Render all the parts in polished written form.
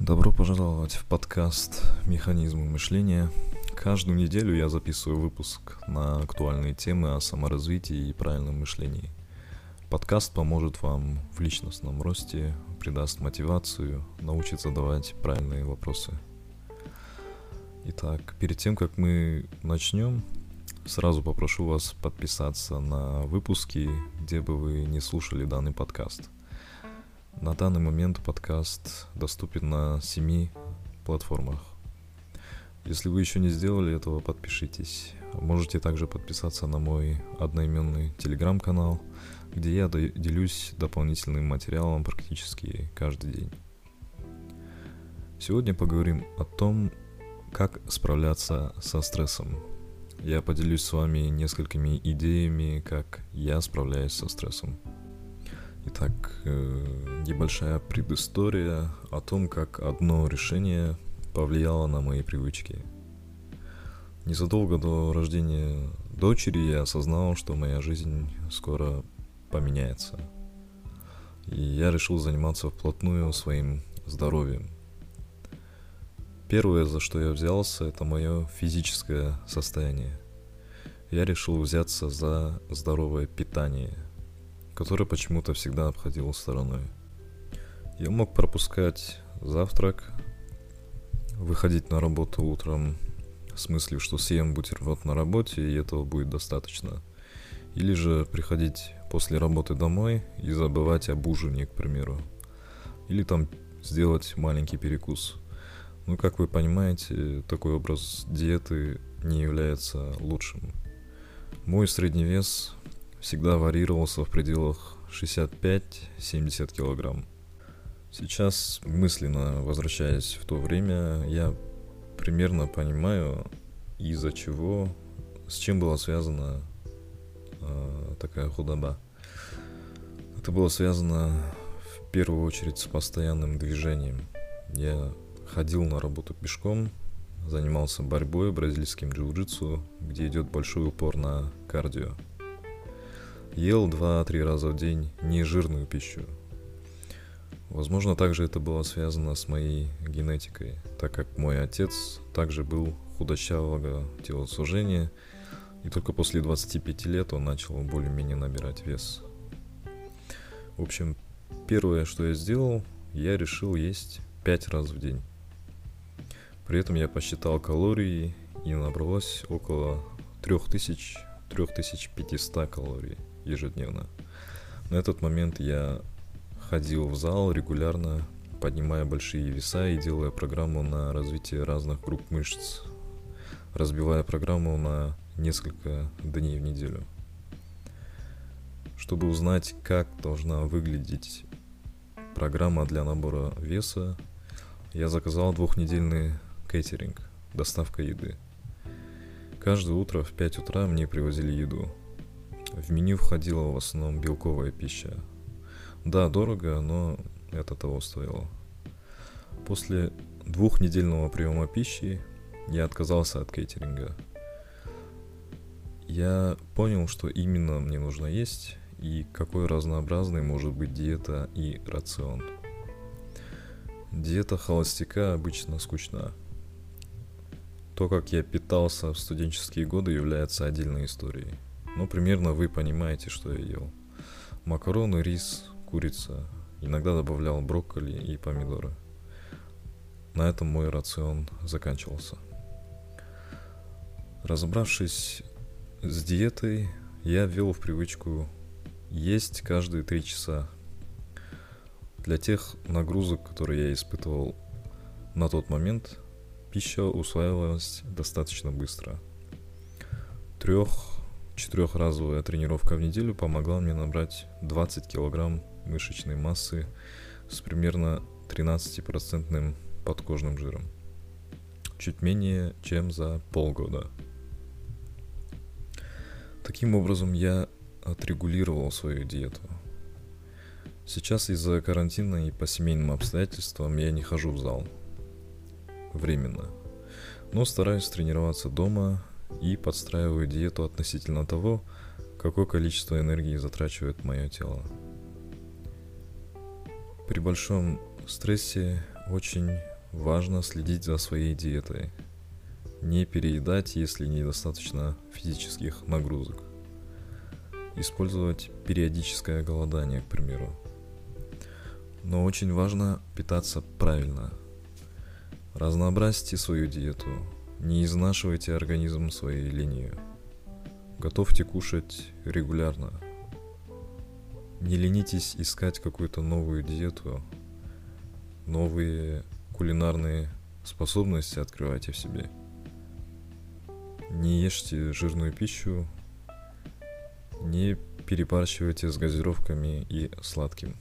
Добро пожаловать в подкаст «Механизмы мышления». Каждую неделю я записываю выпуск на актуальные темы о саморазвитии и правильном мышлении. Подкаст поможет вам в личностном росте, придаст мотивацию, научит задавать правильные вопросы. Итак, перед тем, как мы начнем, сразу попрошу вас подписаться на выпуски, где бы вы не слушали данный подкаст. На данный момент подкаст доступен на 7 платформах. Если вы еще не сделали этого, подпишитесь. Можете также подписаться на мой одноименный телеграм-канал, где я делюсь дополнительным материалом практически каждый день. Сегодня поговорим о том, как справляться со стрессом. Я поделюсь с вами несколькими идеями, как я справляюсь со стрессом. Итак, небольшая предыстория о том, как одно решение повлияло на мои привычки. Незадолго до рождения дочери я осознал, что моя жизнь скоро поменяется. И я решил заниматься вплотную своим здоровьем. Первое, за что я взялся, это мое физическое состояние. Я решил взяться за здоровое питание, который почему-то всегда обходил стороной. Я мог пропускать завтрак, выходить на работу утром с мыслью, что съем бутерброд на работе, и этого будет достаточно. Или же приходить после работы домой и забывать об ужине, к примеру. Или там сделать маленький перекус. Но, как вы понимаете, такой образ диеты не является лучшим. Мой средний вес всегда варьировался в пределах 65-70 килограмм. Сейчас, мысленно возвращаясь в то время, я примерно понимаю, из-за чего, с чем была связана такая худоба. Это было связано в первую очередь с постоянным движением. Я ходил на работу пешком, занимался борьбой, бразильским джиу-джитсу, где идет большой упор на кардио. Ел 2-3 раза в день нежирную пищу. Возможно, также это было связано с моей генетикой, так как мой отец также был худощавого телосложения, и только после 25 лет он начал более-менее набирать вес. В общем, первое, что я сделал, я решил есть 5 раз в день. При этом я посчитал калории, и набралось около 3000-3500 калорий ежедневно. На этот момент я ходил в зал регулярно, поднимая большие веса и делая программу на развитие разных групп мышц, разбивая программу на несколько дней в неделю. Чтобы узнать, как должна выглядеть программа для набора веса, я заказал 2-недельный кейтеринг, доставка еды. Каждое утро в 5 утра мне привозили еду. В меню входила в основном белковая пища. Да, дорого, но это того стоило. После 2-недельного приема пищи я отказался от кейтеринга. Я понял, что именно мне нужно есть и какой разнообразной может быть диета и рацион. Диета холостяка обычно скучна. То, как я питался в студенческие годы, является отдельной историей. Но примерно вы понимаете, что я ел. Макароны, рис, курица. Иногда добавлял брокколи и помидоры. На этом мой рацион заканчивался. Разобравшись с диетой, я ввел в привычку есть каждые 3 часа. Для тех нагрузок, которые я испытывал на тот момент, пища усваивалась достаточно быстро. 3-4-разовая тренировка в неделю помогла мне набрать 20 килограмм мышечной массы с примерно 13% подкожным жиром. Чуть менее, чем за полгода. Таким образом, я отрегулировал свою диету. Сейчас из-за карантина и по семейным обстоятельствам я не хожу в зал. Временно. Но стараюсь тренироваться дома и подстраиваю диету относительно того, какое количество энергии затрачивает мое тело. При большом стрессе очень важно следить за своей диетой. Не переедать, если недостаточно физических нагрузок. Использовать периодическое голодание, к примеру. Но очень важно питаться правильно. Разнообразьте свою диету. Не изнашивайте организм своей ленью. Готовьте кушать регулярно. Не ленитесь искать какую-то новую диету. Новые кулинарные способности открывайте в себе. Не ешьте жирную пищу. Не перебарщивайте с газировками и сладким.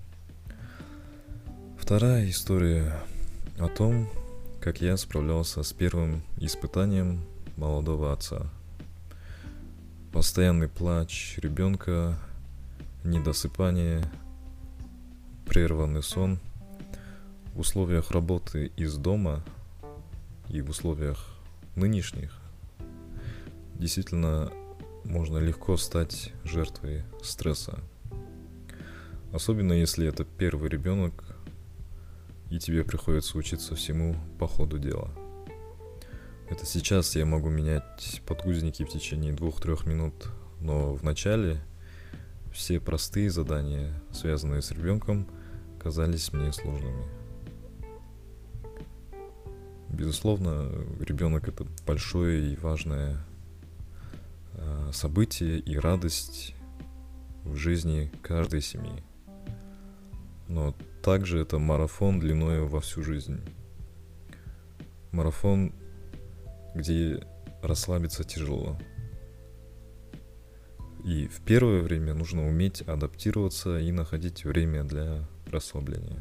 Вторая история о том, как я справлялся с первым испытанием молодого отца. Постоянный плач ребенка, недосыпание, прерванный сон. В условиях работы из дома и в условиях нынешних действительно можно легко стать жертвой стресса. Особенно если это первый ребенок, и тебе приходится учиться всему по ходу дела. Это сейчас я могу менять подгузники в течение 2-3 минут, но в начале все простые задания, связанные с ребенком, казались мне сложными. Безусловно, ребенок — это большое и важное событие и радость в жизни каждой семьи. Но также это марафон длиною во всю жизнь. Марафон, где расслабиться тяжело. И в первое время нужно уметь адаптироваться и находить время для расслабления.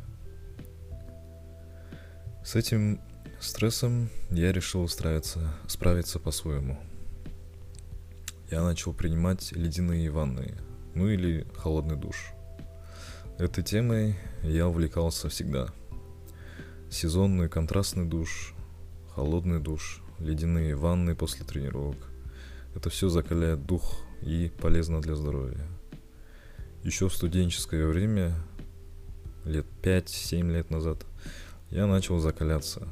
С этим стрессом я решил справиться по-своему. Я начал принимать ледяные ванны, или холодный душ. Этой темой я увлекался всегда. Сезонный контрастный душ, холодный душ, ледяные ванны после тренировок. Это все закаляет дух и полезно для здоровья. Еще в студенческое время, лет 5-7 лет назад, я начал закаляться.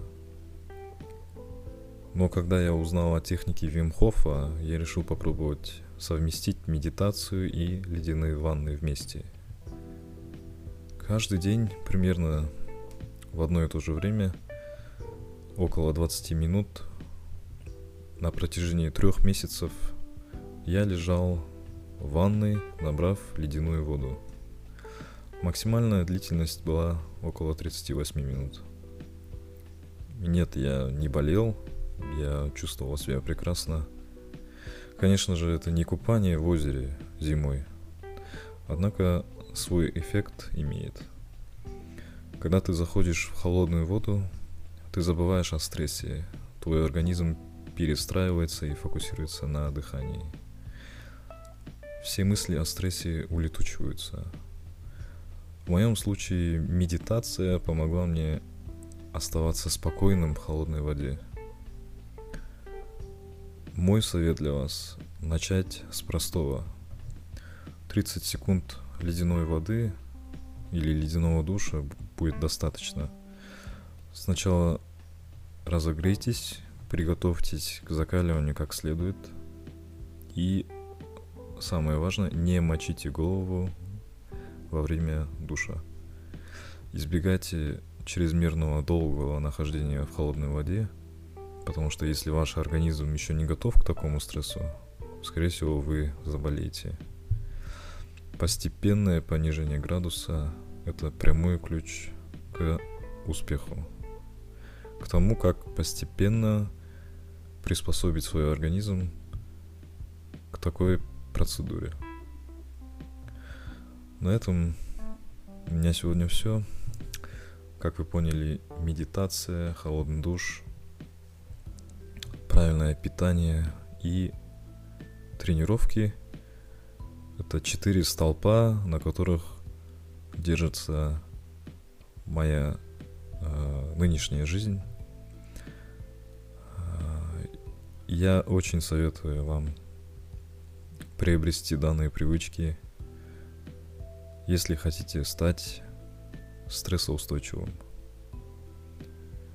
Но когда я узнал о технике Вим Хофа, я решил попробовать совместить медитацию и ледяные ванны вместе. Каждый день, примерно в одно и то же время, около 20 минут, на протяжении 3 месяцев, я лежал в ванной, набрав ледяную воду. Максимальная длительность была около 38 минут. Нет, я не болел, я чувствовал себя прекрасно. Конечно же, это не купание в озере зимой, однако свой эффект имеет. Когда ты заходишь в холодную воду, ты забываешь о стрессе, твой организм перестраивается и фокусируется на дыхании. Все мысли о стрессе улетучиваются. В моем случае медитация помогла мне оставаться спокойным в холодной воде. Мой совет для вас – начать с простого. 30 секунд ледяной воды или ледяного душа будет достаточно. Сначала разогрейтесь, приготовьтесь к закаливанию как следует. И самое важное, не мочите голову во время душа. Избегайте чрезмерного долгого нахождения в холодной воде, потому что если ваш организм еще не готов к такому стрессу, скорее всего, вы заболеете. Постепенное понижение градуса – это прямой ключ к успеху, к тому, как постепенно приспособить свой организм к такой процедуре. На этом у меня сегодня все. Как вы поняли, медитация, холодный душ, правильное питание и тренировки – это 4 столпа, на которых держится моя нынешняя жизнь. Я очень советую вам приобрести данные привычки, если хотите стать стрессоустойчивым.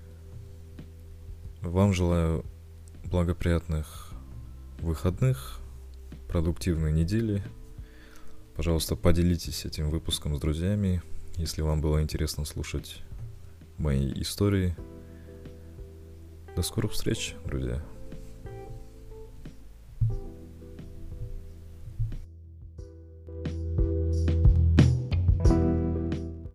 Вам желаю благоприятных выходных, продуктивной недели. Пожалуйста, поделитесь этим выпуском с друзьями, если вам было интересно слушать мои истории. До скорых встреч, друзья!